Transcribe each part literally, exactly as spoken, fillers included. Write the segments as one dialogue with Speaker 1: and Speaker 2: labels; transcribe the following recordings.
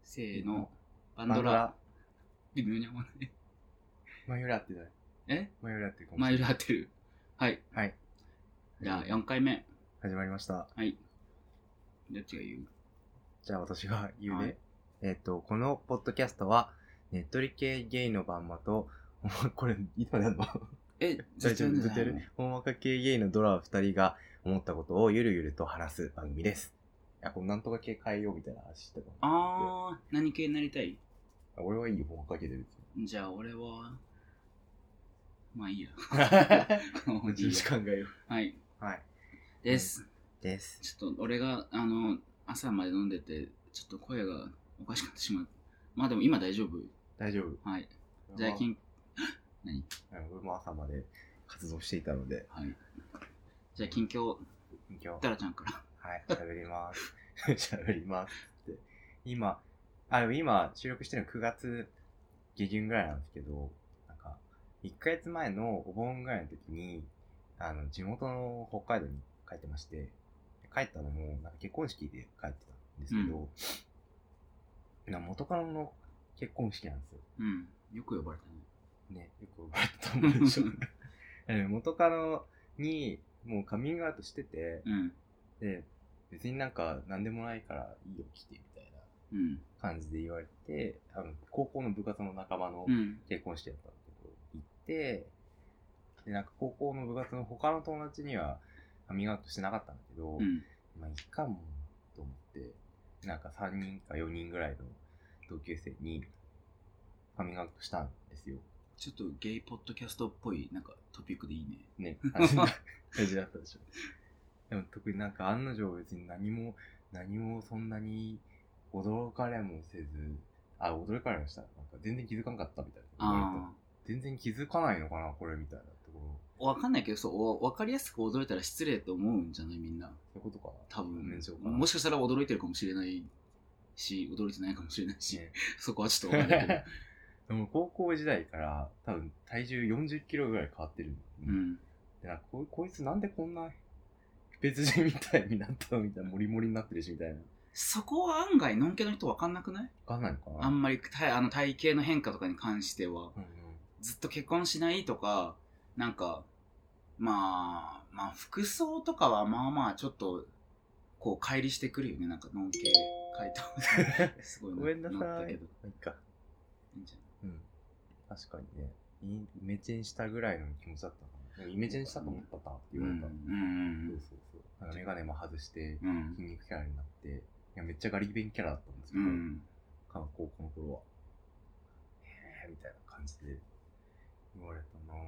Speaker 1: せーの、バンドラ。
Speaker 2: バンドラ
Speaker 1: 微妙に合わない。
Speaker 2: 前より合ってない。
Speaker 1: え
Speaker 2: 前より合ってるかもしれない。
Speaker 1: 前より合ってる。はい。
Speaker 2: はい。
Speaker 1: じゃあよんかいめ。
Speaker 2: 始まりました。
Speaker 1: はい。どっちが言う？
Speaker 2: じゃあ私が言うね。
Speaker 1: はい、
Speaker 2: えっ、ー、と、このポッドキャストは、ネットリ系ゲイのバンマと、これ、いつまでやるの？
Speaker 1: え、
Speaker 2: 大丈夫？ずっとやる？ほんわか系ゲイのドラふたりが思ったことをゆるゆると話す番組です。いや、このなんとか系変えようみたいな話してたの。
Speaker 1: あー、何系になりたい？
Speaker 2: 俺はいいよ、ほんわか系で別
Speaker 1: に。じゃあ俺は、まあいいや。
Speaker 2: に。時間考えよ
Speaker 1: う。はい。
Speaker 2: はい。
Speaker 1: です。
Speaker 2: うん、です。
Speaker 1: ちょっと俺が、あの、朝まで飲んでて、ちょっと声がおかしくなってしまう。まあでも今大丈夫。
Speaker 2: 大丈夫。
Speaker 1: はい。じゃあ近、何？
Speaker 2: 俺も朝まで活動していたので。
Speaker 1: はい。じゃあ近況、
Speaker 2: 近況。
Speaker 1: タラちゃんから。
Speaker 2: はい、喋ります。喋りますって。今、あ、でも今収録してるのくがつ下旬ぐらいなんですけど、なんか、いっかげつまえのお盆ぐらいの時に、あの、地元の北海道に帰ってまして、帰ったのも、なんか結婚式で帰ってたんですけど、うん、な元カノの結婚式なんですよ。
Speaker 1: うん。よく呼ばれた
Speaker 2: ね。ね、よく呼ばれたと思うでしょ。元カノにもうカミングアウトしてて、
Speaker 1: うん、
Speaker 2: で、別になんか何でもないからいいよ来てみたいな感じで言われて、うん、あの高校の部活の仲間の結婚式だったんだけど、うん、行って、で、なんか高校の部活の他の友達にはカミングアウトしてなかったんだけど、うん、まあいいかもと思って、なんかさんにんかよにんぐらいの同級生にカミングアウトしたんですよ。
Speaker 1: ちょっとゲイポッドキャストっぽいなんかトピックでいいね。
Speaker 2: ね、感じだったでしょ。でも特になんか案の定別に何も何もそんなに驚かれもせず、あ、驚かれました。なんか全然気づかなかったみたいな。あ全然気づかないのかなこれみたいなとこ
Speaker 1: ろ。わかんないけど、そう分かりやすく驚いたら失礼と思うんじゃないみんな。
Speaker 2: そういうことか。
Speaker 1: 多分もしかしたら驚いてるかもしれないし、驚いてないかもしれないし、ね、そこはちょっとわかんないけど。
Speaker 2: でも高校時代から多分体重よんじゅっキロぐらい変わってる、うん、でなんか こ, こいつなんでこんな別人みたいになったのみたいな、モリモリになってるしみたいな。
Speaker 1: そこは案外のんけの人分かんなくない？
Speaker 2: 分かんないのかな。
Speaker 1: あんまりあの体型の変化とかに関しては、うんうん、ずっと結婚しないとか、なんかまあまあ服装とかはまあまあちょっとこう乖離してくるよね。なんかのんけ書いたすごいな。
Speaker 2: ごめんなさい。
Speaker 1: なったけど
Speaker 2: いいか。
Speaker 1: いいんじゃない？
Speaker 2: うん、確かにね、イメチェンしたぐらいの気持ちだったかな。イメチェンしたと思ったって言われた。うんうんうん、そうそうそう。なんかメガネも外して筋肉キャラになって、いやめっちゃガリ勉キャラだったんですけど、うん、高校の頃はへーみたいな感じで言われたなぁ。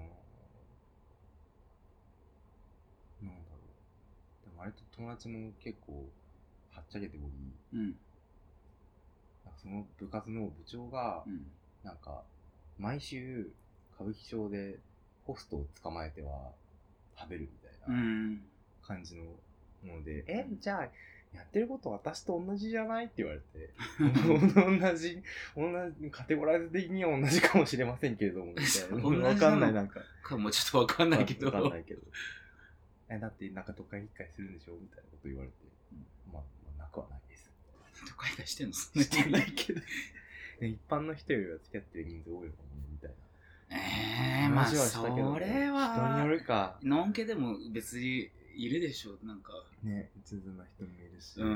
Speaker 2: なんだろう。でも割と友達も結構はっちゃけており、うん、なんかその部活の部長が、うんなんか毎週歌舞伎町でホストを捕まえては食べるみたいな感じのもので、うん、えじゃあやってること私と同じじゃないって言われて同じ同じカテゴライズ的には同じかもしれませんけれどもみたいな分かんないなんか
Speaker 1: かもちょっと分かんないけど
Speaker 2: 分かんないけどえだってなんか都会一回するんでしょみたいなこと言われて、うん、まあ、まあ、なくはないです。
Speaker 1: 都会一回してんの？
Speaker 2: してないけど一般の人よりは付き合ってる人数多いのかもねみたいな。
Speaker 1: ええー、まあそれは
Speaker 2: 人によるか。
Speaker 1: のんけでも別にいるでしょなんか。
Speaker 2: ね、うつづな人もいるし。
Speaker 1: うん。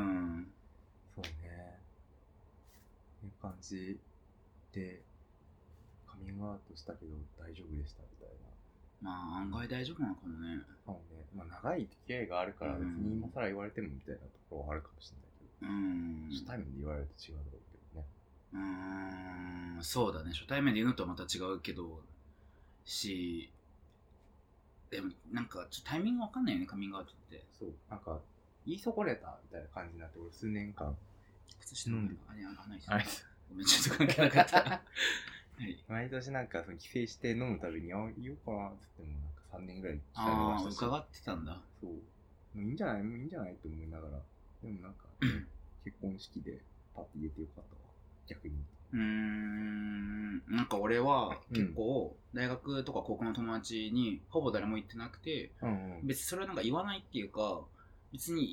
Speaker 2: そうね。いう感じでカミングアウトしたけど大丈夫でしたみたい
Speaker 1: な。まあ案外大丈夫なのかもね。
Speaker 2: そうね。まあ長い付き合いがあるから別に今更言われてもみたいなところはあるかもしれないけど。うん。初対面で言われると違うだろうけど。
Speaker 1: うーんそうだね初対面で言うのとはまた違うけどしでもなんかちょっとタイミングわかんないよねカミングアウトって
Speaker 2: そうなんか言い損ねたみたいな感じになって俺数年間
Speaker 1: 靴下飲んであれあないですごめんちょっと関係なかった、はい、
Speaker 2: 毎年なんかその帰省して飲むたびにあ言おうかなって言ってもなんかさんねんぐらい
Speaker 1: 期待を出したし伺ってたんだ
Speaker 2: そうもういいんじゃないもういいんじゃないって思いながらでもなんか、ね、結婚式でパッて言えてよかったわ逆に
Speaker 1: うーんなんか俺は結構大学とか高校の友達にほぼ誰も言ってなくて、うんうん、別にそれはなんか言わないっていうか別に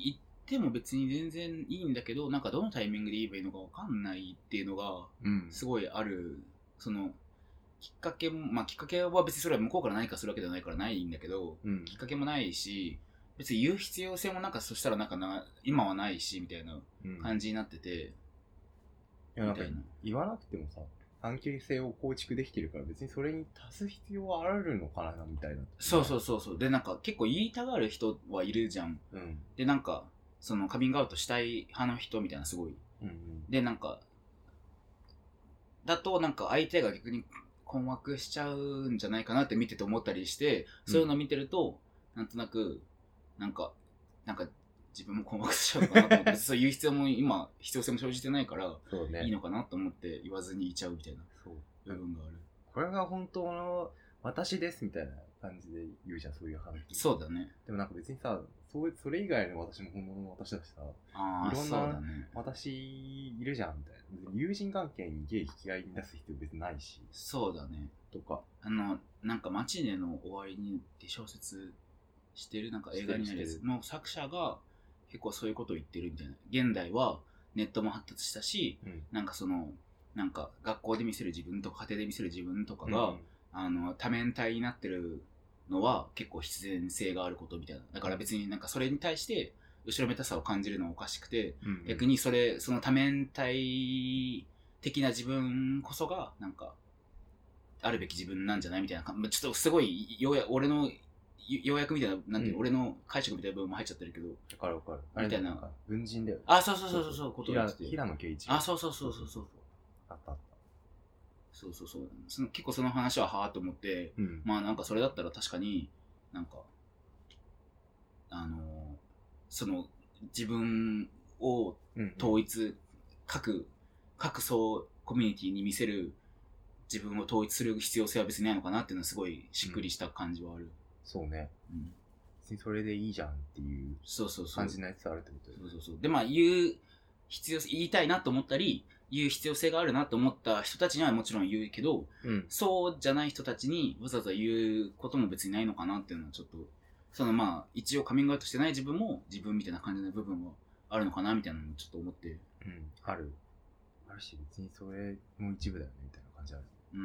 Speaker 1: ても別に全然いいんだけど、なんかどのタイミングで言えばいいのかわかんないっていうのがすごいある、うん、そのきっかけも、まあきっかけは別にそれは向こうから何かするわけじゃないからないんだけど、うん、きっかけもないし、別に言う必要性もなんかそしたらなんかな今はないしみたいな感じになってて、
Speaker 2: うん、いやなんか言わなくてもさ関係性を構築できてるから別にそれに足す必要はあるのかなみたいな。
Speaker 1: そうそうそうそう。でなんか結構言いたがる人はいるじゃん、うん、でなんかそのカミングアウトしたい派の人みたいなすごい、うんうん、でなんかだとなんか相手が逆に困惑しちゃうんじゃないかなって見てて思ったりして、そういうの見てると、うん、なんとなくなんかなんか自分も困惑しちゃうのかなと思ってそういう必要も今必要性も生じてないから、ね、いいのかなと思って言わずにいちゃうみたいな部分がある。
Speaker 2: これが本当の私ですみたいな感じで言うじゃん、そういう話。
Speaker 1: そうだね。
Speaker 2: でもなんか別にさ、そ, それ以外の私も本物の私だしさ、あいろんな私いるじゃんみたいな。友人関係にゲイ引き合いに出す必要別にないし。
Speaker 1: そうだね。
Speaker 2: とか。
Speaker 1: あの、なんかマチネの終わりにって小説してるなんか映画になるやつの作者が結構そういうことを言ってるみたいな。現代はネットも発達したし、うん、なんかその、なんか学校で見せる自分とか家庭で見せる自分とかが、うん、あの多面体になってるのは結構必然性があることみたいな。だから別になんかそれに対して後ろめたさを感じるのはおかしくて、うんうん、逆にそれその多面体的な自分こそがなんかあるべき自分なんじゃないみたいな。ちょっとすごいようや俺の要約みたいななんていう、うん、俺の解釈みたいな部分も入っちゃってるけど。
Speaker 2: わかるわかる。
Speaker 1: みたいな。
Speaker 2: 文人だよね。
Speaker 1: あ、そうそうそうそうそうこと
Speaker 2: を言ってて。平野啓一。
Speaker 1: あ、そうそうそうそうそう。
Speaker 2: あったあった。
Speaker 1: そうそうそう。その結構その話ははぁと思って、うん、まあなんかそれだったら確かになんかあのー、その自分を統一、うんうん、各各層コミュニティに見せる自分を統一する必要性は別にないのかなっていうのはすごいしっくりした感じはある。うん、
Speaker 2: そうね。うん。別にそれでいいじゃんっていう感じのやつあるってことだよね。
Speaker 1: そうそうそう。でまあ言う必要言いたいなと思ったり。言う必要性があるなと思った人たちにはもちろん言うけど、うん、そうじゃない人たちにわざわざ言うことも別にないのかなっていうのはちょっとそのまあ一応カミングアウトしてない自分も自分みたいな感じの部分はあるのかなみたいなのもちょっと思って、
Speaker 2: うん、あるあるし別にそれも一部だよねみたいな感じある。うん、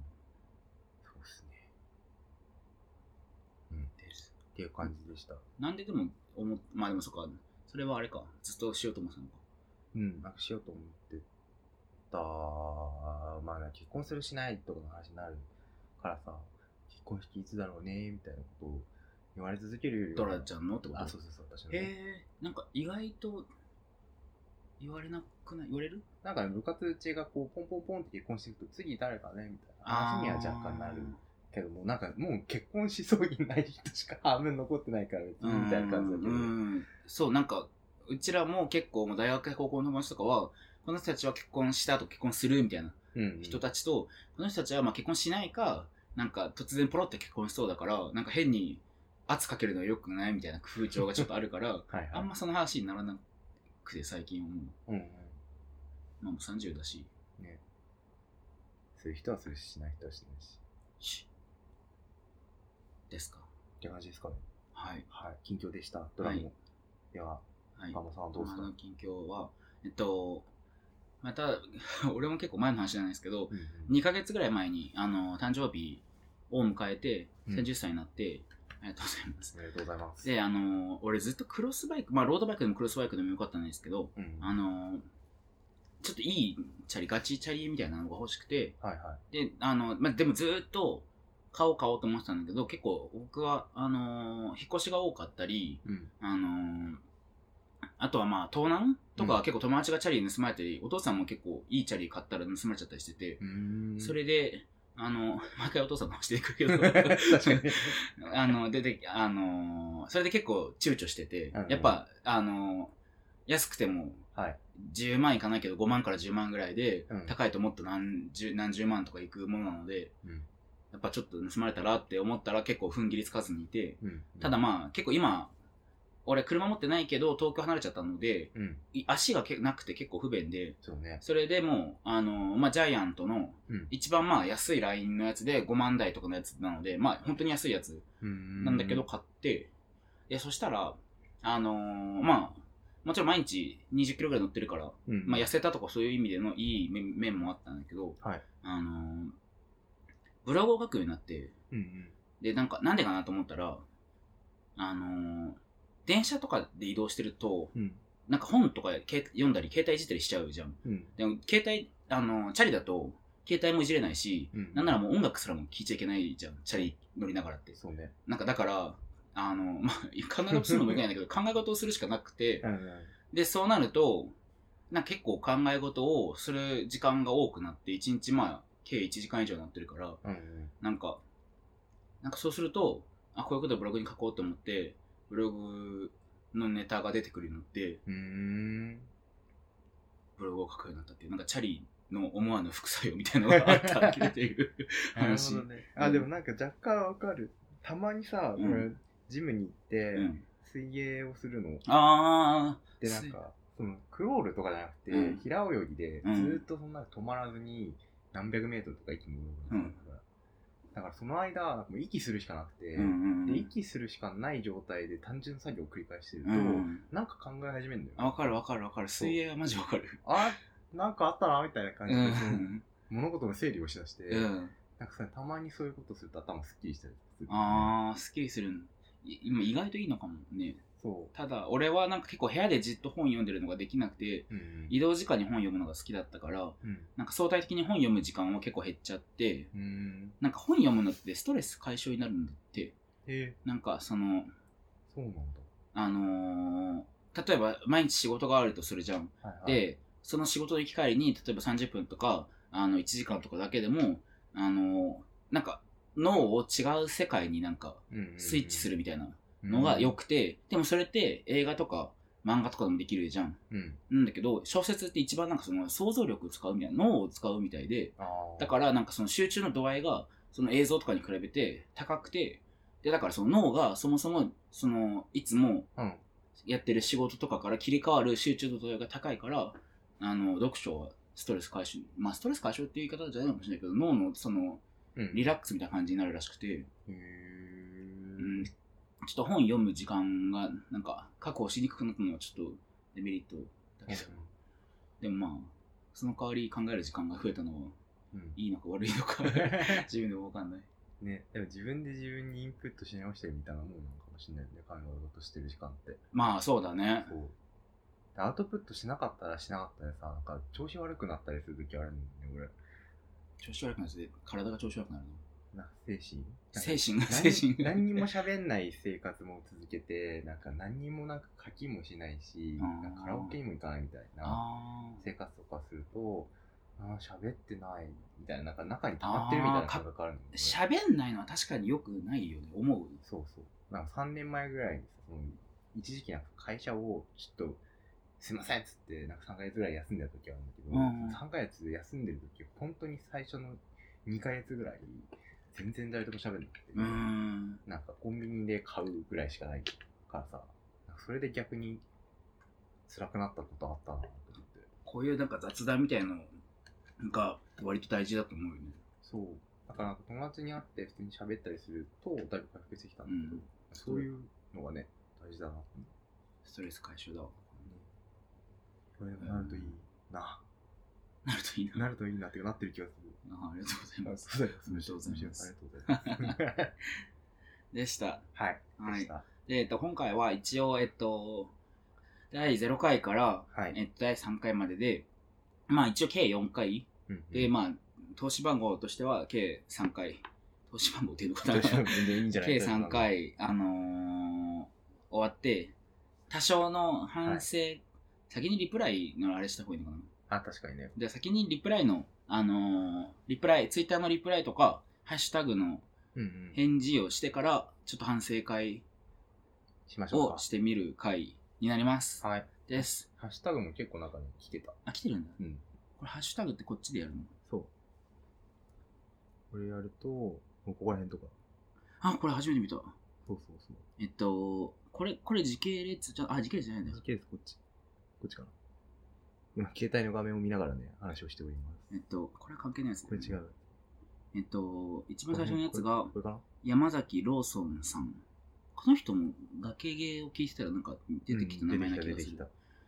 Speaker 2: そうっすね。うんですっていう感じでした。
Speaker 1: なんででも思っまあでもそっかそれはあれかずっとしようと思ってたのか。
Speaker 2: うんなんかしようと思ってまあ、ね、結婚するしないとかの話になるからさ結婚式いつだろうねみたいなことを言われ続けるよりは
Speaker 1: ドラちゃんのってこと。
Speaker 2: あそうそうそう私の、
Speaker 1: ね、へえなんか意外と言われなくない言われる
Speaker 2: なんか、ね、部活中がこうポンポンポンって結婚していくと次誰かねみたいな話には若干なるけどもなんかもう結婚しそうにない人しか半分残ってないから別にみたいな感じだけど
Speaker 1: うんそうなんかうちらも結構もう大学高校の友達とかはこの人たちは結婚した後結婚するみたいな人たちと、うんうん、この人たちはまあ結婚しないかなんか突然ポロって結婚しそうだからなんか変に圧かけるのは良くないみたいな風潮がちょっとあるからはい、はい、あんまその話にならなくて最近はもう、うんうん、まあもうさんじゅうだし、ね、
Speaker 2: する人はするししない人はしないし
Speaker 1: ですか
Speaker 2: って感じですかね。
Speaker 1: はい、
Speaker 2: はい、近況でしたドラム、はい、では
Speaker 1: はい、
Speaker 2: パンモさんはどうですか。
Speaker 1: の近況はえっとまた俺も結構前の話じゃないですけど、うんうん、にかげつぐらい前にあの誕生日を迎えてさんじゅっさいになって、うん、ありがとうございます。
Speaker 2: ありがとうございます。
Speaker 1: であの俺ずっとクロスバイクまあロードバイクでもクロスバイクでもよかったんですけど、うん、あのちょっといいチャリガチチャリみたいなのが欲しくて、はいはい、であの、まあ、でもずっと買おう買おうと思ってたんだけど結構僕はあの引っ越しが多かったり、うん、あのあとはまあ盗難とか結構友達がチャリ盗まれたり、うん、お父さんも結構いいチャリ買ったら盗まれちゃったりしてて、それであの毎回お父さんのしてくるけどあのでであのそれで結構躊躇してて、うん、やっぱあの安くてもじゅうまんいかないけどごまんからじゅうまんぐらいで、うん、高いともっと何十何十万とかいくものなので、うん、やっぱちょっと盗まれたらって思ったら結構踏ん切りつかずにいて、うん、ただまあ結構今俺車持ってないけど東京離れちゃったので、うん、足がけなくて結構不便で そ, う、ね、それでもうあの、まあ、ジャイアントの一番まあ安いラインのやつでごまん台とかのやつなのでまあ本当に安いやつなんだけど買ってでそしたらあのー、まあもちろん毎日にじゅっキロぐらい乗ってるから、
Speaker 2: うん、
Speaker 1: まあ痩せたとかそういう意味でのいい面もあったんだけど、
Speaker 2: はい、
Speaker 1: あのー、ブログを書くようになって、
Speaker 2: うんうん、
Speaker 1: で、なんか、なんでかなと思ったら、あのー、電車とかで移動してると、うん、なんか本とか読んだり、携帯いじったりしちゃうじゃん。うん、でも、携帯、あのー、チャリだと、携帯もいじれないし、うん、なんならもう音楽すらも聴いちゃいけないじゃん。チャリ乗りながらって。
Speaker 2: そうね。
Speaker 1: なんか、だから、あの、まあ、考え事するのもいけないんだけど、考え事をするしかなくて、うんうん、で、そうなると、なんか結構考え事をする時間が多くなって、いちにちまあ、計いちじかん以上になってるから、うんうん、なんか、なんかそうすると、あ、こういうことをブログに書こうと思って、ブログのネタが出てくるようになって、うーんブログを書くようになったっていう、なんかチャリの思わぬ副作用みたいなのがあったわけっていう話。
Speaker 2: なるほどね。あ、でもなんか若干わかる。たまにさ、うん、ジムに行って、うん、水泳をするの。あー。で、なんか、そのクロールとかじゃなくて、うん、平泳ぎで、ずっとそんな止まらずに、何百メートルとか息も泳ぐ、うん、だからその間、なんかもう息するしかなくて、うんうんうん、で、息するしかない状態で単純作業を繰り返してると、うん、なんか考え始めるんだよ、ね。
Speaker 1: わかるわかるわかる。水泳はマジわかる。
Speaker 2: あ、なんかあったなみたいな感じで、うん、物事の整理をしだして、うん、なんかさ、たまにそういうことすると頭すっきりしたりする、ね。
Speaker 1: あー、すっきりする。今意外といいのかもね。そうただ俺はなんか結構部屋でじっと本読んでるのができなくて、うんうん、移動時間に本読むのが好きだったから、うん、なんか相対的に本読む時間は結構減っちゃって、うん、なんか本読むのってストレス解消になるんだって。へなんかその
Speaker 2: そうなんだ。
Speaker 1: あのー、例えば毎日仕事があるとするじゃん、はいはい、でその仕事の行き帰りに例えばさんじゅっぷんとかあのいちじかんとかだけでもあのー、なんか脳を違う世界になんかスイッチするみたいなのが良くて、うん、でもそれって映画とか漫画とかでもできるじゃん、うん、なんだけど小説って一番なんかその想像力を使うみたいな脳を使うみたいで、だからなんかその集中の度合いがその映像とかに比べて高くて、でだからその脳がそもそもそのいつもやってる仕事とかから切り替わる集中の度合いが高いから、あの読書はストレス解消、まあストレス解消っていう言い方じゃないかもしれないけど、脳のそのリラックスみたいな感じになるらしくて、うん、ちょっと本読む時間がなんか確保しにくくなったのはちょっとデメリットだけど、うん、でもまあその代わり考える時間が増えたのは、うん、いいのか悪いのか自分でも分かんない
Speaker 2: ね。でも自分で自分にインプットし直してるみたいなもんなのかもしれないよね、考え事してる時間って。
Speaker 1: まあそうだね。そう
Speaker 2: アウトプットしなかったらしなかったらさ、なんか調子悪くなったりするときあるんだよね、俺。
Speaker 1: 調子悪くなって体が調子悪くなるの
Speaker 2: な精神
Speaker 1: 精神精神
Speaker 2: 何にも喋んない生活も続けて、なんか何にもなんか書きもしないし、なんかカラオケにも行かないみたいな生活とかすると、あ喋ってないみたいな、なんか中に溜まってるみたいな感覚あるの、ね、
Speaker 1: 喋んないのは確かによくないよね、思う。
Speaker 2: そうそう。なんかさんねんまえぐらいにさ、その一時期なんか会社をちょっとすいませんっつってなんかさんかげつぐらい休んでた時あるんだけど、うん、さんかげつ休んでる時本当に最初のにかげつぐらい全然誰とも喋んなくて、うん、なんかコンビニで買うぐらいしかないからさ、それで逆に辛くなったことあったなと思って。
Speaker 1: こういうなんか雑談みたいなのが割と大事だと思うよね。
Speaker 2: そうだから友達に会って普通に喋ったりするとだいぶ回復してきたんだけど、うん、そういうのがね大事だな。
Speaker 1: ストレス解消だわ。
Speaker 2: これなるといいな。
Speaker 1: なるといいな。
Speaker 2: なるといいなってなってる気がする。
Speaker 1: あ, ありがとうございます。
Speaker 2: ありがとうございます。ありがとうございます。
Speaker 1: でした。
Speaker 2: はい。
Speaker 1: はい。でした。で、えっと、今回は一応、えっと、だいゼロかいから、はい、えっと、だいさんかいまでで、まあ一応計よんかい。うんうん、で、まあ、投資番号としては計さんかい。投資番号っていうのかな計さんかい、あのー、終わって、多少の反省、はい、先にリプライのあれした方がいいのかな。
Speaker 2: あ、確かにね。
Speaker 1: で、先にリプライの、あのー、リプライ、ツイッターのリプライとか、ハッシュタグの返事をしてから、ちょっと反省会をしてみる回になります。
Speaker 2: はい。
Speaker 1: です。
Speaker 2: ハッシュタグも結構中に来てた。
Speaker 1: あ、来てるんだ。うん。これハッシュタグってこっちでやるの？
Speaker 2: そう。これやると、ここら辺とか。
Speaker 1: あ、これ初めて見た。そう
Speaker 2: そうそう。
Speaker 1: えっと、これ、これ時系列じゃ、あ、時系列じゃないんだよ。
Speaker 2: 時系列こっち。こっちかな。今、携帯の画面を見ながらね、話をしております。
Speaker 1: えっと、これは関係ないですね。
Speaker 2: これ違う。
Speaker 1: えっと、一番最初のやつが、これかな？山崎ローソンさん。この人も崖芸を聞いてたらなんか出てきた名前な気がする。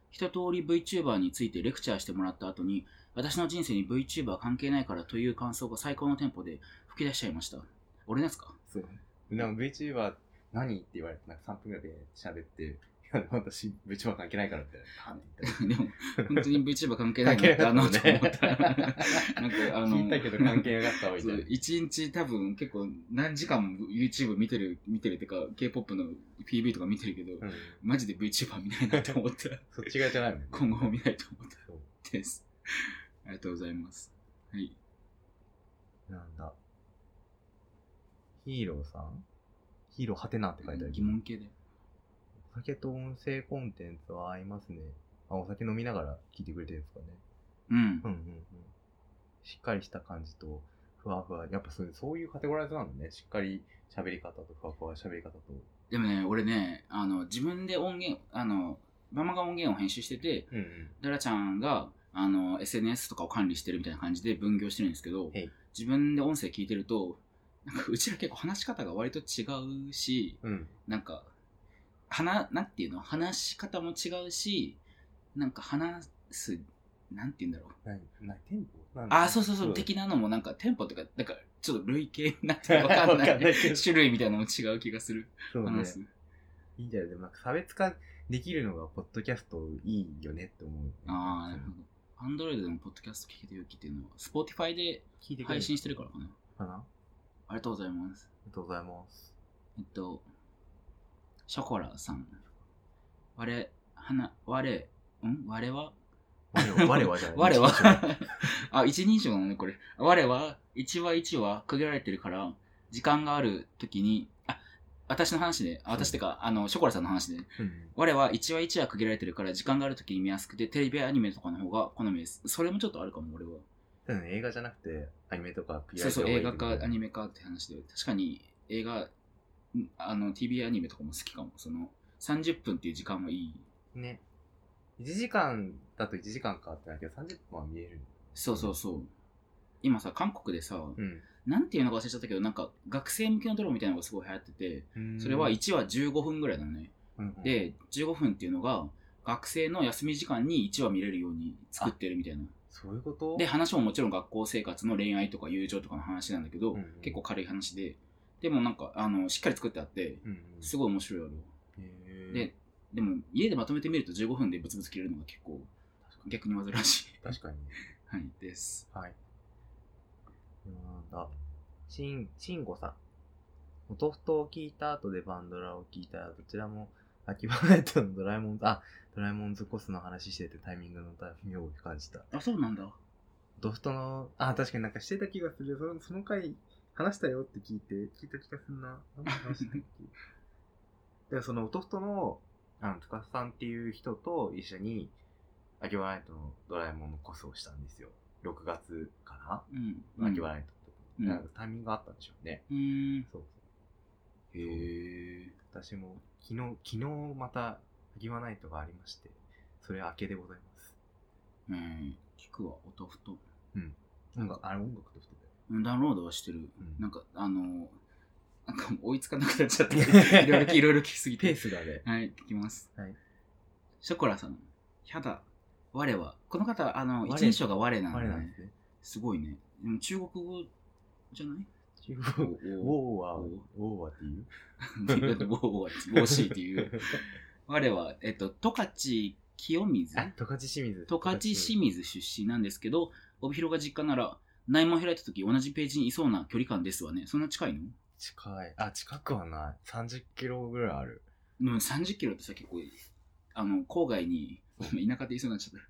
Speaker 1: 一通り VTuber についてレクチャーしてもらった後に、私の人生に VTuber 関係ないからという感想が最高のテンポで吹き出しちゃいました。俺のやつか。
Speaker 2: そう。なんか VTuber 何って言われて、なんかさんぷんぐらいで喋って、いや私 VTuber 関係ないからみたいな。パンって言った
Speaker 1: でも、本当に VTuber 関係ないなってあのと思った。なんかあの、
Speaker 2: 聞いたけど関係なかったわみたいな。
Speaker 1: 一日多分結構何時間も YouTube 見てる、見てるってか、K-ポップ の ピーブイ とか見てるけど、うん、マジで VTuber 見ないなって思った。
Speaker 2: そっち側じゃないもんね。
Speaker 1: 今後も見ないと思ったです。ありがとうございます。はい。
Speaker 2: なんだ。ヒーローさんヒーローはてなって書いてある。
Speaker 1: 疑問系で。
Speaker 2: お酒と音声コンテンツは合いますね。あ、お酒飲みながら聞いてくれてるんですかね。
Speaker 1: うん。うん
Speaker 2: うんうん。しっかりした感じと、ふわふわ。やっぱそういう、そういうカテゴライズなのね。しっかり喋り方とふわふわ喋り方と。
Speaker 1: でもね、俺ね、あの、自分で音源、あの、ママが音源を編集してて、
Speaker 2: うんうん、
Speaker 1: ダラちゃんが、あの、エスエヌエス とかを管理してるみたいな感じで分業してるんですけど、自分で音声聞いてると、なんかうちら結構話し方が割と違うし、
Speaker 2: うん、
Speaker 1: なんか、話、なんていうの話し方も違うし、なんか話す、なんていうんだろう。
Speaker 2: ななテンポ
Speaker 1: あ、そうそうそう、的なのもなんかテンポとか、なんかちょっと類型になってわかんない種類みたいなのも違う気がする。
Speaker 2: そうね。話す。いいんじゃないでもなんか差別化できるのがポッドキャストいいよねって思う。
Speaker 1: ああ、なるほど。アンドロイドでもポッドキャスト聞けてる気っていうのは、スポーティファイで配信してるからかな。
Speaker 2: かな。
Speaker 1: ありがとうございます。
Speaker 2: ありがとうございます。
Speaker 1: えっと、ショコラさん。我、花、我、ん我は
Speaker 2: 我は、我はじゃない。
Speaker 1: 我は、あ、一人称なのね、これ。我は、一話一話区切られてるから、時間があるときに、あ、私の話で、あ私ってか、あの、ショコラさんの話で、うん、我は一話一話区切られてるから、時間があるときに見やすくて、テレビアニメとかの方が好みです。それもちょっとあるかも、俺は。
Speaker 2: うん、映画じゃなくて、アニメとか
Speaker 1: 区切られてる。そうそう、映画かアニメかって話で、確かに映画、あの、ティービー アニメとかも好きかも。その、さんじゅっぷんっていう時間はいい。
Speaker 2: ね。いちじかんだといちじかんかってなるけど、さんじゅっぷんは見える。
Speaker 1: そうそうそう。今さ、韓国でさ、
Speaker 2: うん、
Speaker 1: なんていうのか忘れちゃったけど、なんか学生向けのドラマみたいなのがすごい流行ってて、それはいちわじゅうごふんぐらいなのね。うんうん、で、じゅうごふんっていうのが、学生の休み時間にいちわ見れるように作ってるみたいな。
Speaker 2: そういうこと？
Speaker 1: で、話ももちろん学校生活の恋愛とか友情とかの話なんだけど、うんうん、結構軽い話で、でもなんか、あの、しっかり作ってあって、うんうん、すごい面白いある。へで、でも家でまとめてみるとじゅうごふんでブツブツ切れるのが結構逆に煩わしい。
Speaker 2: 確かに。
Speaker 1: はいです。
Speaker 2: はい。なんだ。しん、しんごさん。おとふとを聞いた後でバンドラを聞いたら、どちらも秋葉原とのドラえもん、あ、ドラえもんズコスの話しててタイミングのタイミングを感じた。
Speaker 1: あ、そうなんだ。
Speaker 2: おとふとの、あ、確かになんかしてた気がする。その、その回話したよって聞いて、聞いた気がするな。何の話したっけ？で、そのおとふとの、あの、つかさんっていう人と一緒に、秋葉原とのドラえもんのコスをしたんですよ。ろくがつかな、うん、秋葉原と、うん、なんかタイミングがあったんでしょうね。
Speaker 1: うん。
Speaker 2: そう
Speaker 1: そう。へえ。
Speaker 2: 私も昨日、昨日また秋葉ナイトがありまして、それ明けでございます。
Speaker 1: うん。聞くわ、おとふと。
Speaker 2: うん。なんか、あれ音楽とふと
Speaker 1: だよ。ダウンロードはしてる。うん、なんか、あの、なんか追いつかなくなっちゃって、いろいろいろいろ聞きすぎて。
Speaker 2: ペースがね。
Speaker 1: はい、聞きます。
Speaker 2: はい。
Speaker 1: ショコラさん、ひゃだ、我は、この方、あの、一人称が我なんで、ね、
Speaker 2: 我なんですね。
Speaker 1: すごいね。でも中国語じゃない？
Speaker 2: 中国語。ウォーは、ウォーはっていう
Speaker 1: ウォーは、ウォーシーっていう。我は、えっと、十勝清水。
Speaker 2: あ、十勝清水。
Speaker 1: 十勝清水出身なんですけど、帯広が実家なら、内門開いた時同じページにいそうな距離感ですわね。そんな近いの？
Speaker 2: 近い。あ、近くはない。さんじゅっキロぐらいある。
Speaker 1: うん、さんじゅっキロってさ、結構、あの、郊外に、田舎って言いそうになっちゃった。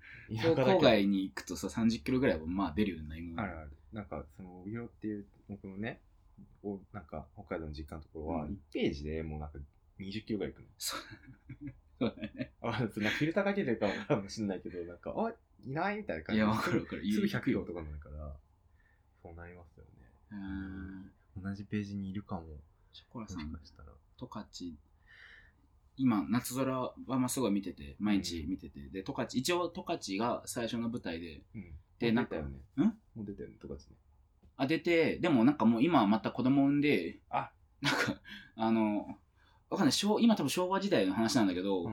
Speaker 1: 郊外に行くとさ、さんじゅっキロぐらいはまあ出るようなもん。
Speaker 2: あるある。なんか、その、帯広っていう、僕のね、おなんか、北海道の実家のところは、いちページでもうなんかにじゅっキロぐらい行くの。
Speaker 1: そうそうだね。
Speaker 2: あ、なんかフィルターかけてるかもかもしれないけど、なんか、あ、いないみたいな感じで。
Speaker 1: いや、わかるわかる。
Speaker 2: すぐひゃくキロとかになるから、そうなりますよね。うん。同じページにいるかも。
Speaker 1: ショコラさん、十勝、今、夏空はまあすごい見てて、毎日見てて、うん、で、十勝、一応十勝が最初の舞台で、うん、で、なんか、
Speaker 2: よね、
Speaker 1: ん
Speaker 2: もう出たよね、十勝ね。
Speaker 1: あ、出て、でもなんかもう今はまた子供産んで、あ、なんか、あの、わかんない、今多分昭和時代の話なんだけど、うんうん、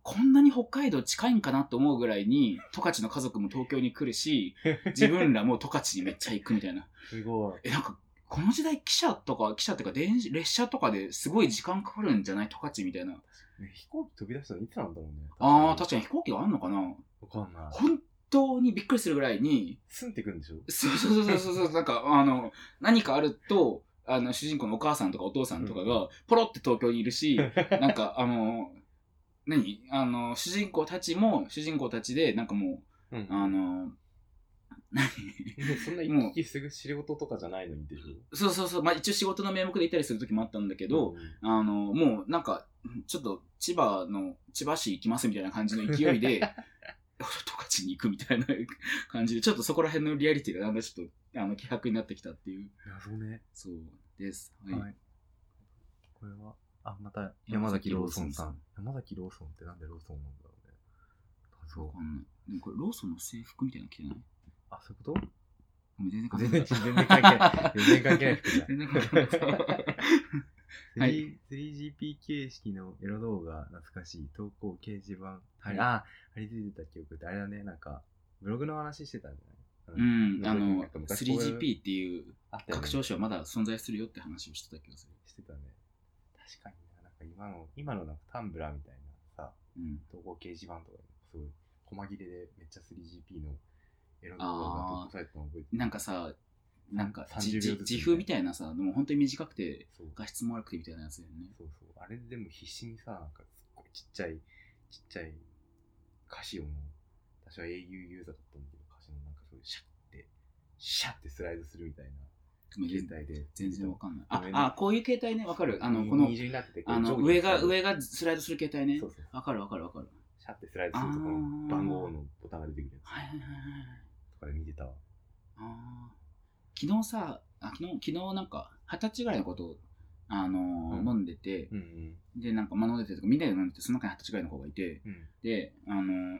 Speaker 1: こんなに北海道近いんかなと思うぐらいに十勝の家族も東京に来るし、自分らも十勝にめっちゃ行くみたいな。
Speaker 2: すごい。
Speaker 1: え、なんか、この時代汽車とか、汽車っていうか電列車とかですごい時間かかるんじゃない十勝みたいな。
Speaker 2: ね、飛行機飛び出したのいつなんだろうね。
Speaker 1: ああ、確かに飛行機があんのかな。
Speaker 2: わかんない。
Speaker 1: 本当にびっくりするぐらいに。
Speaker 2: スンってくるんでしょ。
Speaker 1: そうそうそうそうそう。なんか、あの、何かあると、あの、主人公のお母さんとかお父さんとかが、ポロって東京にいるし、なんか、あの、何あの、主人公たちも、主人公たちで、なんかもう、うん、あの、
Speaker 2: 何そんな行き来すぐ仕事とかじゃないのにでしょ。
Speaker 1: そうそうそう。まあ一応仕事の名目で行ったりする時もあったんだけど、うん、あの、もうなんか、ちょっと千葉の、千葉市行きますみたいな感じの勢いで、十勝に行くみたいな感じで、ちょっとそこら辺のリアリティがだんだんちょっと、あの、希薄になってきたっていう。
Speaker 2: 謎ね。
Speaker 1: そうです。はい。はい、
Speaker 2: これは、あ、また山崎ローソンさん。山崎ローソンってなんでローソンなんだろうね。
Speaker 1: 謎。わかんない。でもこれローソンの制服みたいなの着てない？
Speaker 2: あ、そういうこと？
Speaker 1: 全然関係ない。
Speaker 2: 全然関係ない。全然関係ない服だ。全然関係ない。スリージーピー 形式のエロ動画懐かしい投稿掲示板。はい、あ、貼り付いてた記憶ってあれだね、なんか、ブログの話してたんじゃない？
Speaker 1: うん、あの、スリージーピー っていう拡張子はまだ存在するよって話をしてた気がする。
Speaker 2: してたね。確かにな、なんか今の、今のなんかタンブラーみたいなさ、うん、投稿掲示板とかにすごい、細切れでめっちゃ スリージーピー のエロ動画が投稿されたの覚えてる。
Speaker 1: なんかさ、なんか自風みたいなさ、でも本当に短くて画質も悪くてみたいなやつだよね。
Speaker 2: そうそう。あれでも必死にさ、なんかすっごいちっちゃい、ちっちゃい歌詞をもう、私は エーユー ユーザーだったんだけど、歌詞のなんかそういうシャッて、シャッてスライドするみたいな携帯で。
Speaker 1: 全然わかんない。あ、あ、こういう携帯ね、わかる。あの、この、あの、上が、上がスライドする携帯ね。そうそう。わかるわかるわかる。
Speaker 2: シャッてスライドするとこの番号のボタンが出てくるやつ。
Speaker 1: はいはいはいはい。
Speaker 2: とかで見てたわ。
Speaker 1: あ昨日さ、あ昨日、昨日なんか、二十歳ぐらいのことを、あのーうん、飲んでて、うんうん、で、なんか、まあ、飲んでてとか、みんなで飲んでて、その中に二十歳ぐらいの子がいて、うん、で、あのー、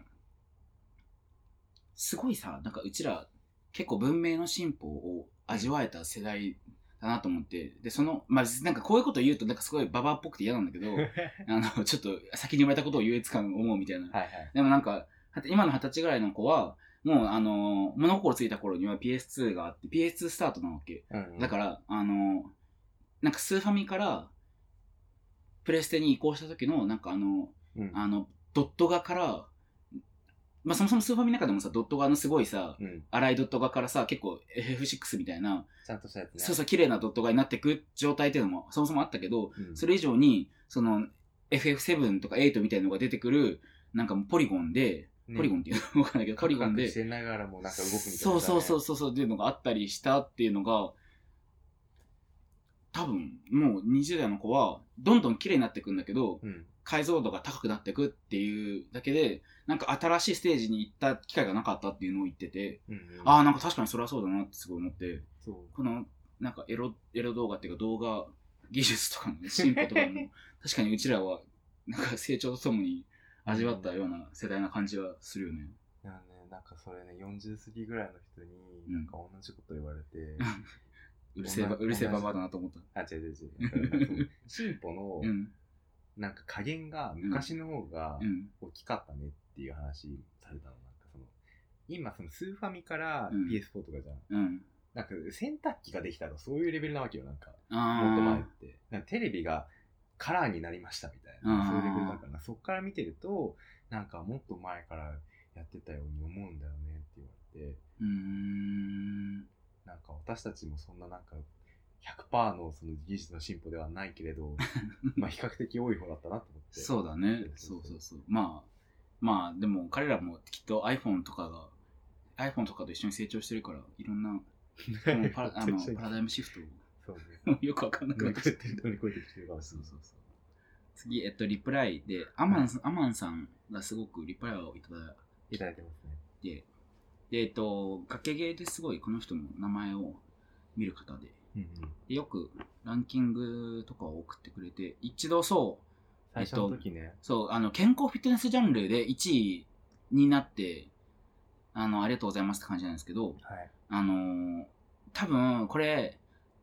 Speaker 1: すごいさ、なんかうちら、結構文明の進歩を味わえた世代だなと思って、で、その、まあ、なんかこういうこと言うと、なんかすごいババアっぽくて嫌なんだけど、あの、ちょっと先に言われたことを優越感を思うみたいな。はいはい、でもなんか、今の二十歳ぐらいの子は、もう、あのー、物心ついた頃には ピーエスツー があって、ピーエスツー スタートなわけ。うんうん、だから、あのー、なんかスーファミからプレステに移行した時の、なんかあの、うん、あの、ドット画から、まあそもそもスーファミの中でもさ、ドット画のすごいさ、うん、荒いドット画からさ、結構 エフエフシックス みたいな、
Speaker 2: ちゃんとしたやつね。
Speaker 1: そうそう、綺麗なドット画になっていく状態っていうのもそもそもあったけど、うん、それ以上に、その、エフエフセブン とかエイトみたいなのが出てくる、なんかもうポリゴンで、ポリゴンっていうのわかんないけど、ポリゴンで。
Speaker 2: してながらもなんか動くみたいな、ね。
Speaker 1: そうそうそうそうそうっていうのがあったりしたっていうのが、多分、もうにじゅう代の子は、どんどん綺麗になっていくんだけど、うん、解像度が高くなっていくっていうだけで、なんか新しいステージに行った機会がなかったっていうのを言ってて、うんうん、ああ、なんか確かにそれはそうだなってすごい思って、この、なんかエロ、エロ動画っていうか動画技術とかの進歩とかも、確かにうちらは、なんか成長とともに、味わったような世代な感じはするよね。
Speaker 2: いやね、なんかそれね、よんじゅう過ぎぐらいの人に、なんか同じこと言われて、
Speaker 1: うん、うるせえば、うるせえばばだなと思った。
Speaker 2: あ、違う違う違う。進歩の、なんか加減が昔の方が大きかったねっていう話されたの。なんかその、今そのスーファミから ピーエスフォー とかじゃん。うん、なんか洗濯機ができたらそういうレベルなわけよ、なんか。もっと前って。なんかテレビが、カラーになりましたみたいな、そういうレベルだから、そっから見てると、なんかもっと前からやってたように思うんだよねって言われて、うーん、なんか私たちもそんななんか ひゃくパーセント のその技術の進歩ではないけれど、まあ比較的多い方だったなと思って。
Speaker 1: そうだね。そうそうそう。まあ、まあでも彼らもきっと iPhone とかが、iPhone とかと一緒に成長してるから、いろんなパラ、あのパラダイムシフトを。そうね、よくわかんなくなってきてる。乗り越えてきてるから。そうそうそう。次、えっと、リプライで、アマン、はい、アマンさんがすごくリプライをいただ
Speaker 2: いただいてますね。
Speaker 1: で、でえっと、崖ゲーですごいこの人の名前を見る方で、うんうん、でよくランキングとかを送ってくれて、一度そう、
Speaker 2: 最初の時ね、えっと、
Speaker 1: そう、あの、健康フィットネスジャンルでいちいになって、あの、ありがとうございますって感じなんですけど、はい、あの、多分、これ、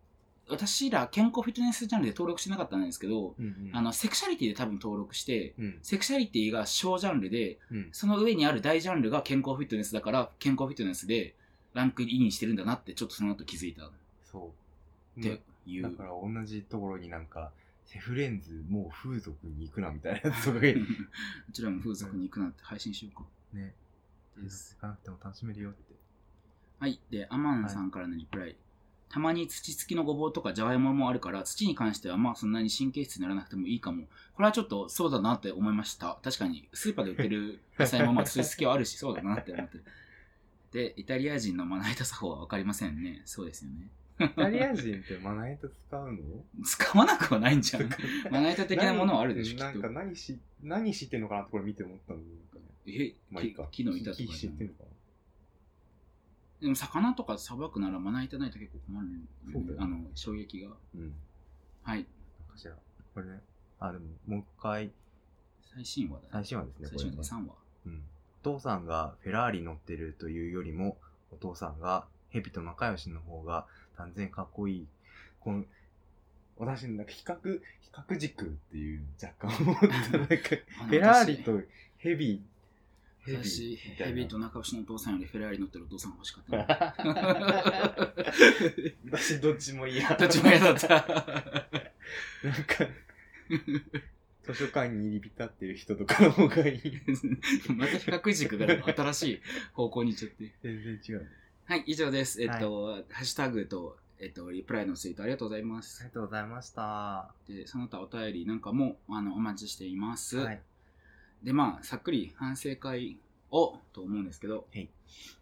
Speaker 1: 私ら健康フィットネスチャンネルで登録してなかったんですけど、
Speaker 2: うんうん、
Speaker 1: あのセクシャリティで多分登録して、
Speaker 2: うん、
Speaker 1: セクシャリティが小ジャンルで、
Speaker 2: うん、
Speaker 1: その上にある大ジャンルが健康フィットネスだから健康フィットネスでランクインしてるんだなってちょっとその後気づいた。
Speaker 2: そう
Speaker 1: っていう。
Speaker 2: だから同じところになんかセフレンズもう風俗に行くなみたいなやつとかう
Speaker 1: ちらも風俗に行くなって配信しようか。
Speaker 2: ね。
Speaker 1: です。
Speaker 2: 行かなくても楽しめるよって。
Speaker 1: はい。で、アマンさんからのリプライ。はい、たまに土付きのごぼうとかじゃがいももあるから、土に関してはまあそんなに神経質にならなくてもいいかも。これはちょっとそうだなって思いました。確かに、スーパーで売ってる野菜もまあ土付きはあるし、そうだなって思って。で、イタリア人のまな板作法はわかりませんね。そうですよね。
Speaker 2: イタリア人ってまな板使うの？
Speaker 1: 使わなくはないんじゃん。まな板的なものはあるでしょ。
Speaker 2: なんか何し、何知ってんのかなってこれ見て思ったのに。
Speaker 1: え、まあいいか。木の板とか。
Speaker 2: 木知ってんのかな？
Speaker 1: でも魚とかさばくならまな板ないと結構困る、ね。
Speaker 2: そうだよ、ね。
Speaker 1: あの、衝撃が。
Speaker 2: うん。
Speaker 1: はい。
Speaker 2: かしら。これね。あ、でも、もう一回。
Speaker 1: 最新話だね。
Speaker 2: 最新話ですね。
Speaker 1: 最新話でさんわ。
Speaker 2: うん。お父さんがフェラーリ乗ってるというよりも、お父さんがヘビと仲良しの方が断然かっこいい。この、私のなんか比較、比較軸っていう若干思った。なんか、フェラーリとヘビ、
Speaker 1: ヘビヘビと仲良しのお父さんよりフェラーリ乗ってるお父さんが欲しかった。
Speaker 2: 私どっちも嫌。
Speaker 1: どっちも嫌だった。なんか、
Speaker 2: 図書館に入り浸ってる人とかの方がいい。
Speaker 1: また比較軸が新しい方向に行っちゃって。
Speaker 2: 全然違う。
Speaker 1: はい、以上です。えっと、はい、ハッシュタグと、えっと、リプライのツイートありがとうございます。
Speaker 2: ありがとうございました。
Speaker 1: で、その他お便りなんかも、あの、お待ちしています。はい。で、まあ、さっくり反省会を、と思うんですけど、はい、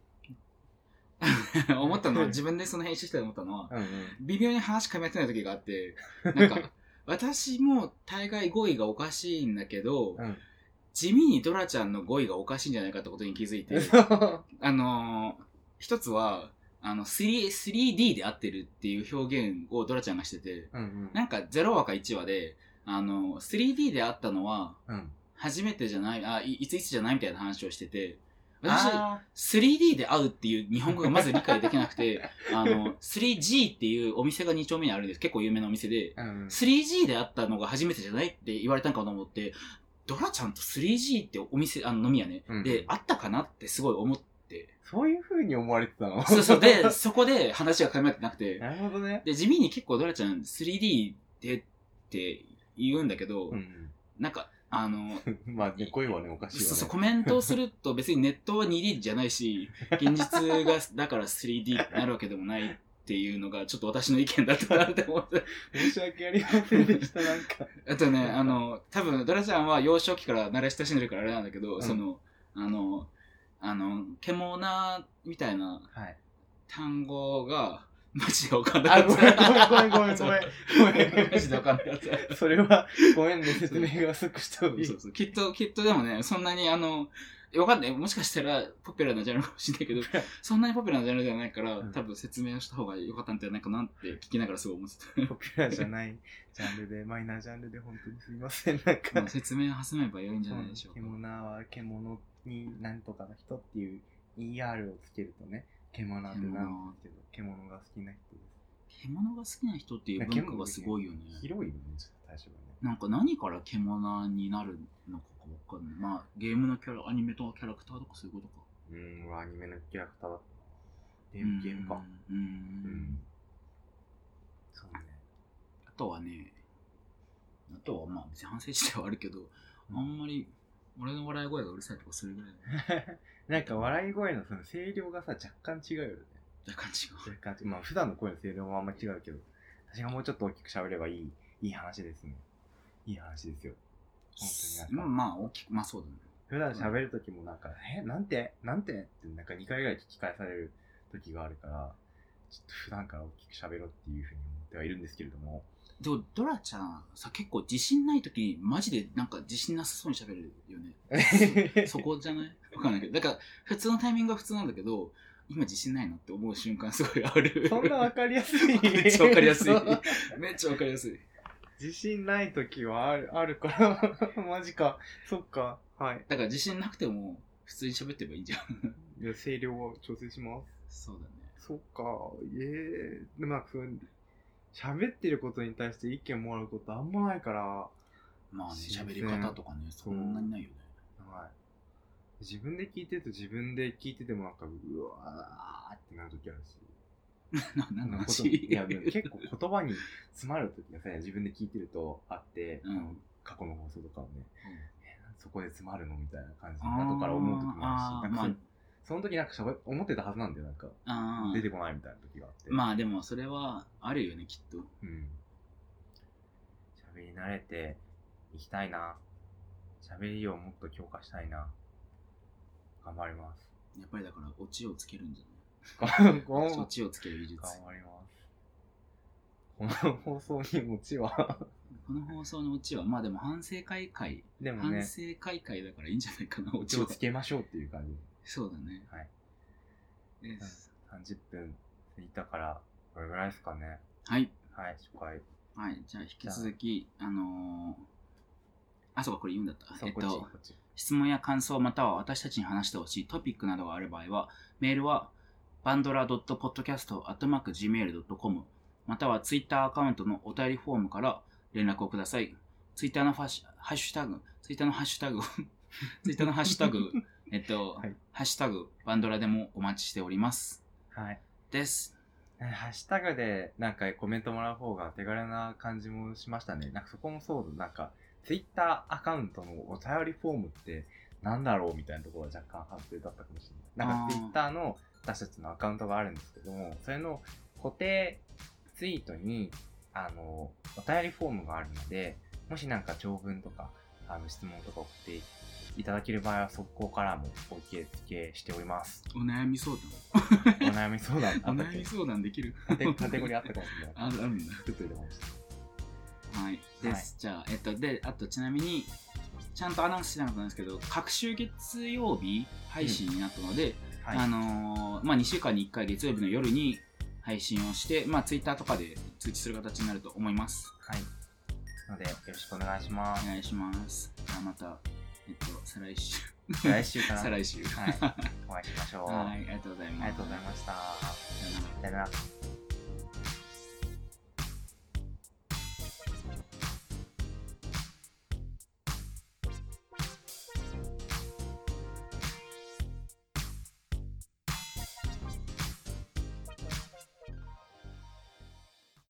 Speaker 1: 思ったのは、自分でその編集して思ったのは、うんうん、微妙に話噛み合ってない時があって、なんか、私も大概語彙がおかしいんだけど、うん、地味にドラちゃんの語彙がおかしいんじゃないかってことに気づいて、あのー、一つは、あの スリー、スリーディー で合ってるっていう表現をドラちゃんがしてて、うんうん、なんかゼロわかいちわで、あの、スリーディー であったのは、初めてじゃない、あ、いついつじゃないみたいな話をしてて、私、スリーディー で会うっていう日本語がまず理解できなくて、あの、スリージー っていうお店がに丁目にあるんです。結構有名なお店で、うんうん、スリージー で会ったのが初めてじゃないって言われたんかと思って、ドラちゃんと スリージー ってお店、あの飲み屋ね、うん、で、会ったかなってすごい思って。
Speaker 2: そういう風に思われてたの？
Speaker 1: そうそう。で、そこで話が噛み合ってなくて。
Speaker 2: なるほどね。
Speaker 1: で、地味に結構ドラちゃん スリーディー でって言うんだけど、うんうん、なんか、あの、
Speaker 2: まあ、ね、声はね、おかしいよね。
Speaker 1: そうそう、コメントをすると別にネットは ツーディー じゃないし、現実がだから スリーディー になるわけでもないっていうのが、ちょっと私の意見だったなって思って。
Speaker 2: 申し訳ありませんでした、なんか。
Speaker 1: あとね、あの、多分、ドラちゃんは幼少期から慣れ親しんでるからあれなんだけど、うん、その、あの、あの、獣みたいな単語が、マジでわかんなかった。
Speaker 2: あ、ごめんごめんごめんごめん。ごめん。
Speaker 1: マジでわかんなかった。
Speaker 2: それは、ごめんね、説明が不足した方がいい。
Speaker 1: そうそう。きっと、きっとでもね、そんなにあの、わかんない。もしかしたら、ポピュラーなジャンルかもしれないけど、そんなにポピュラーなジャンルではないから、うん、多分説明をした方が良かったんじゃないかなって聞きながらすごい思ってた。
Speaker 2: ポピュラーじゃないジャンルで、マイナージャンルで本当にすいません。なんか。
Speaker 1: 説明を挟めば良いんじゃないでしょうか。
Speaker 2: 獣は獣になんとかの人っていう イーアール をつけるとね、獣ってなんですけど、獣が好きな人です。
Speaker 1: 獣が好きな人っていう文化がすごいよね。
Speaker 2: 広いよね、ちょっと対象がね。
Speaker 1: なんか何から獣になるのかわかんない。まあ、ゲームのキャラ、アニメとキャラクターとかそういうことか。
Speaker 2: うーん、俺アニメのキャラクターだった。ゲーム、ゲームか。うーん。うん。そうね。
Speaker 1: あとはね、あとはまあ別に反省してはあるけど、うん、あんまり俺の笑い声がうるさいとかするぐらい。
Speaker 2: なんか笑い声のその声量がさ、若干違うよね。
Speaker 1: 若干違う。
Speaker 2: 若干違う。まあ普段の声の声量もあんま違うけど、私がもうちょっと大きく喋ればいい、いい話ですね。いい話ですよ。本当になんか。
Speaker 1: まあ大きく、まあそうだね。
Speaker 2: 普段喋るときもなんか、え、なんてなんてってなんかにかいぐらい聞き返される時があるから、ちょっと普段から大きく喋ろうっていうふうに思ってはいるんですけれども。
Speaker 1: でも、ドラちゃんさ、結構自信ない時にマジでなんか自信なさそうに喋るよね。そ, そこじゃないわかんないけど。だから普通のタイミングは普通なんだけど、今自信ないなって思う瞬間すごいある。
Speaker 2: そんなわかりやすい。
Speaker 1: めっちゃわかりやすい。めっちゃわかりやすい。
Speaker 2: 自信ない時はある、あるから、マジか。そっか。はい。
Speaker 1: だから自信なくても普通に喋ってばいいじゃん。
Speaker 2: いや、声量を調整します。
Speaker 1: そうだね。
Speaker 2: そっか。ええー。でもなんかそう、 喋ってることに対して意見もらうことあんまないから。
Speaker 1: まあね、喋り方とかね、そんなにないよね。
Speaker 2: はい。自分で聞いてると自分で聞いててもなんか、うわーってなるときあるし。
Speaker 1: なんか
Speaker 2: こといや結構言葉に詰まるときがさ、自分で聞いてるとあって、うん、過去の放送とかをね、うん、えそこで詰まるのみたいな感じに後から思うときもあるし、なんか そ,、まあ、その時なんかしゃべ思ってたはずなんだよ、なんか出てこないみたいな時があって。
Speaker 1: まあでもそれはあるよね、きっと。うん。
Speaker 2: 喋り慣れていきたいな。喋りをもっと強化したいな。頑張ります。
Speaker 1: やっぱりだからオチをつけるんじゃないオチをつける技術。
Speaker 2: 頑張ります。この放送にオチは
Speaker 1: この放送のオチはまあでも反省会会でも、ね、反省会会だからいいんじゃないかな。
Speaker 2: オチをつけましょうっていう感じ。
Speaker 1: そうだね。
Speaker 2: はい。です。さんじゅっぷん過ぎたからこれぐらいですかね。
Speaker 1: はい
Speaker 2: はい初回。
Speaker 1: はい、じゃあ引き続きあのー、あそうかこれ言うんだった。えっと質問や感想または私たちに話してほしいトピックなどがある場合はメールはバンドラ .podcast アットマーク ジーメール ドットコム またはツイッターアカウントのお便りフォームから連絡をください。ツイッターのハッシュタグ、ツイッターのハッシュタグ、ツイッターのハッシュタグ、えっと、はい、ハッシュタグバンドラでもお待ちしております。
Speaker 2: はい。
Speaker 1: です。
Speaker 2: ハッシュタグでなんかコメントもらう方が手軽な感じもしましたね。なんかそこもそうなんかツイッターアカウントのお便りフォームってなんだろうみたいなところは若干判定だったかもしれない。なんかツイッターの私たちのアカウントがあるんですけども、それの固定ツイートにあのお便りフォームがあるので、もしなんか長文とかあの質問とか送っていただける場合はそこからもお受け付けしております。
Speaker 1: お悩み相
Speaker 2: 談お悩み相談
Speaker 1: お悩み相談できる
Speaker 2: カテカテゴリーあったかもしれない。
Speaker 1: あるあるんだ。
Speaker 2: 作っといてました。
Speaker 1: はいです、はい、じゃあえっとであとちなみにちゃんとアナウンスしてなかったんですけど、各週月曜日配信になったので、うんはい、あのー、まあにしゅうかんにいっかい月曜日の夜に配信をして、まあツイッターとかで通知する形になると思います。
Speaker 2: はい。のでよろしくお願いします。
Speaker 1: お願いします。じゃあまたえっと再来週。
Speaker 2: 来週かな。
Speaker 1: 再来週。
Speaker 2: はい。お会いしましょう。
Speaker 1: はい、ありがとうございます。
Speaker 2: ありがとうございました。
Speaker 1: さよなら。
Speaker 2: さよなら。